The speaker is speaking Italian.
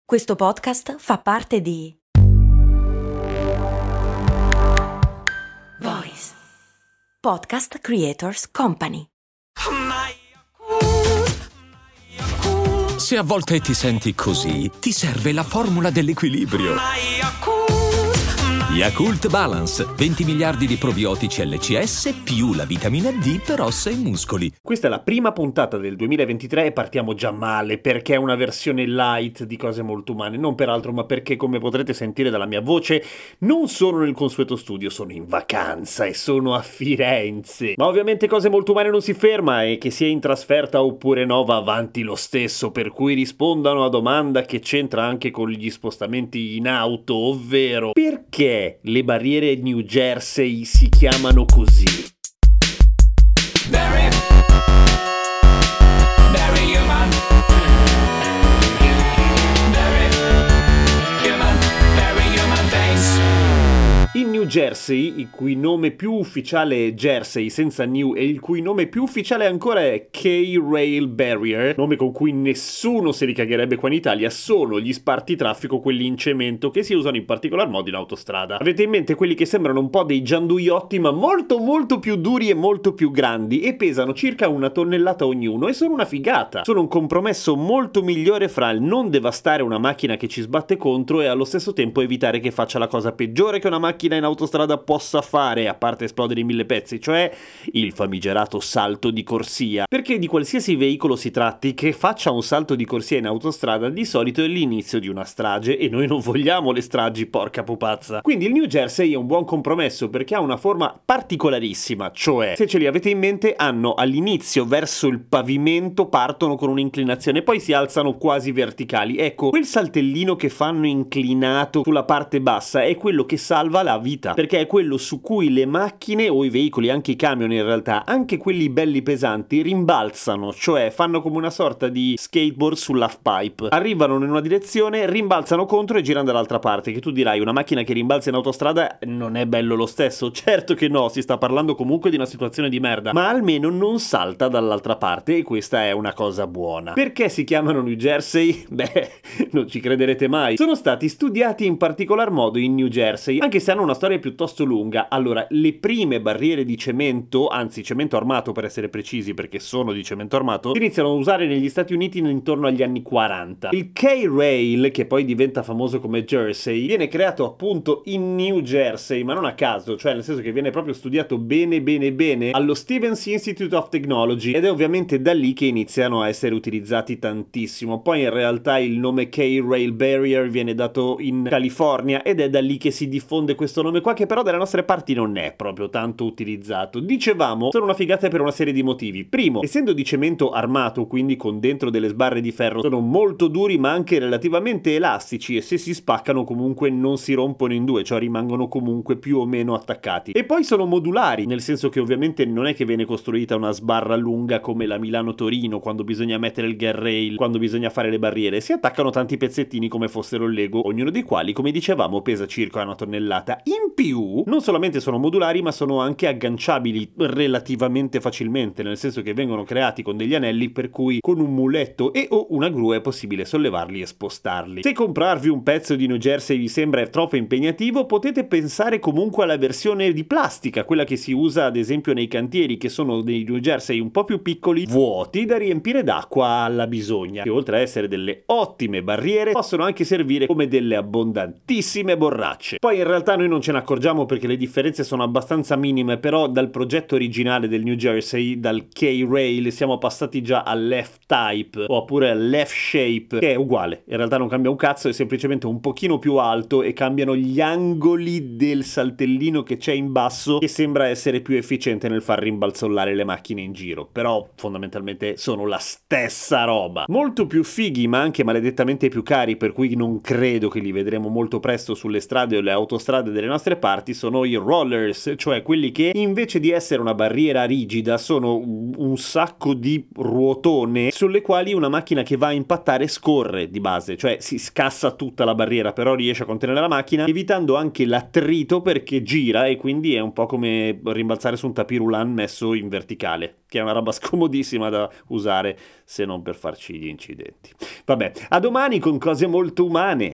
Questo podcast fa parte di Voice Podcast Creators Company. Se a volte ti senti così, ti serve la formula dell'equilibrio. Yakult Balance, 20 miliardi di probiotici LCS più la vitamina D per ossa e muscoli. Questa è la prima puntata del 2023 e partiamo già male perché è una versione light di Cose Molto Umane, non per altro ma perché, come potrete sentire dalla mia voce, non sono nel consueto studio, sono in vacanza e sono a Firenze. Ma ovviamente Cose Molto Umane non si ferma e che sia in trasferta oppure no va avanti lo stesso, per cui rispondo a una domanda che c'entra anche con gli spostamenti in auto, ovvero perché le barriere New Jersey si chiamano così? Very human. Very human things. In New Jersey, il cui nome più ufficiale è Jersey senza New e il cui nome più ufficiale ancora è K-Rail Barrier, nome con cui nessuno se li cagherebbe qua in Italia, sono gli spartitraffico, quelli in cemento che si usano in particolar modo in autostrada. Avete in mente quelli che sembrano un po' dei gianduiotti ma molto più duri e molto più grandi e pesano circa 1 tonnellata ognuno e sono una figata. Sono un compromesso molto migliore fra il non devastare una macchina che ci sbatte contro e allo stesso tempo evitare che faccia la cosa peggiore che una macchina in autostrada possa fare, a parte esplodere in 1000 pezzi, cioè il famigerato salto di corsia. Perché di qualsiasi veicolo si tratti che faccia un salto di corsia in autostrada, di solito è l'inizio di una strage e noi non vogliamo le stragi, porca pupazza. Quindi il New Jersey è un buon compromesso perché ha una forma particolarissima, cioè, se ce li avete in mente, hanno all'inizio verso il pavimento, partono con un'inclinazione, poi si alzano quasi verticali. Ecco, quel saltellino che fanno inclinato sulla parte bassa è quello che salva la vita, perché è quello su cui le macchine o i veicoli, anche i camion in realtà, anche quelli belli pesanti, rimbalzano, cioè fanno come una sorta di skateboard sull'half pipe. Arrivano in una direzione, rimbalzano contro e girano dall'altra parte, che tu dirai una macchina che rimbalza in autostrada non è bello lo stesso? Certo che no, si sta parlando comunque di una situazione di merda, ma almeno non salta dall'altra parte e questa è una cosa buona. Perché si chiamano New Jersey? Beh, non ci crederete mai. Sono stati studiati in particolar modo in New Jersey, anche se hanno una storia piuttosto lunga. Allora, le prime barriere di cemento, anzi cemento armato per essere precisi perché sono di cemento armato, si iniziano a usare negli Stati Uniti intorno agli anni 40. Il K-Rail, che poi diventa famoso come Jersey, viene creato appunto in New Jersey, ma non a caso, cioè nel senso che viene proprio studiato bene allo Stevens Institute of Technology ed è ovviamente da lì che iniziano a essere utilizzati tantissimo. Poi in realtà il nome K-Rail Barrier viene dato in California ed è da lì che si diffonde questo nome qua, che però dalle nostre parti non è proprio tanto utilizzato. Dicevamo, sono una figata per una serie di motivi. Primo, essendo di cemento armato, quindi con dentro delle sbarre di ferro, sono molto duri ma anche relativamente elastici e se si spaccano comunque non si rompono in due, cioè rimangono comunque più o meno attaccati. E poi sono modulari, nel senso che ovviamente non è che viene costruita una sbarra lunga come la Milano-Torino quando bisogna mettere il guardrail, quando bisogna fare le barriere, si attaccano tanti pezzettini come fossero il Lego, ognuno dei quali, come dicevamo, pesa circa 1 tonnellata. In più, non solamente sono modulari, ma sono anche agganciabili relativamente facilmente, nel senso che vengono creati con degli anelli per cui con un muletto e o una gru è possibile sollevarli e spostarli. Se comprarvi un pezzo di New Jersey vi sembra troppo impegnativo, potete pensare comunque alla versione di plastica, quella che si usa ad esempio nei cantieri, che sono dei New Jersey un po' più piccoli, vuoti da riempire d'acqua alla bisogna, che oltre a essere delle ottime barriere possono anche servire come delle abbondantissime borracce. Poi in realtà noi non ce ne accorgiamo perché le differenze sono abbastanza minime, però dal progetto originale del New Jersey, dal K-Rail, siamo passati già all'F-Type oppure all'F-Shape, che è uguale, in realtà non cambia un cazzo, è semplicemente un pochino più alto e cambiano gli angoli del saltellino che c'è in basso, che sembra essere più efficiente nel far rimbalzolare le macchine in giro, però fondamentalmente sono la stessa roba. Molto più fighi ma anche maledettamente più cari, per cui non credo che li vedremo molto presto sulle strade o le autostrade delle nostre nostre parti sono i rollers, cioè quelli che invece di essere una barriera rigida sono un sacco di ruotone sulle quali una macchina che va a impattare scorre di base, cioè si scassa tutta la barriera, però riesce a contenere la macchina, evitando anche l'attrito perché gira, e quindi è un po' come rimbalzare su un tapirulan messo in verticale, che è una roba scomodissima da usare se non per farci gli incidenti. Vabbè, a domani con cose molto umane.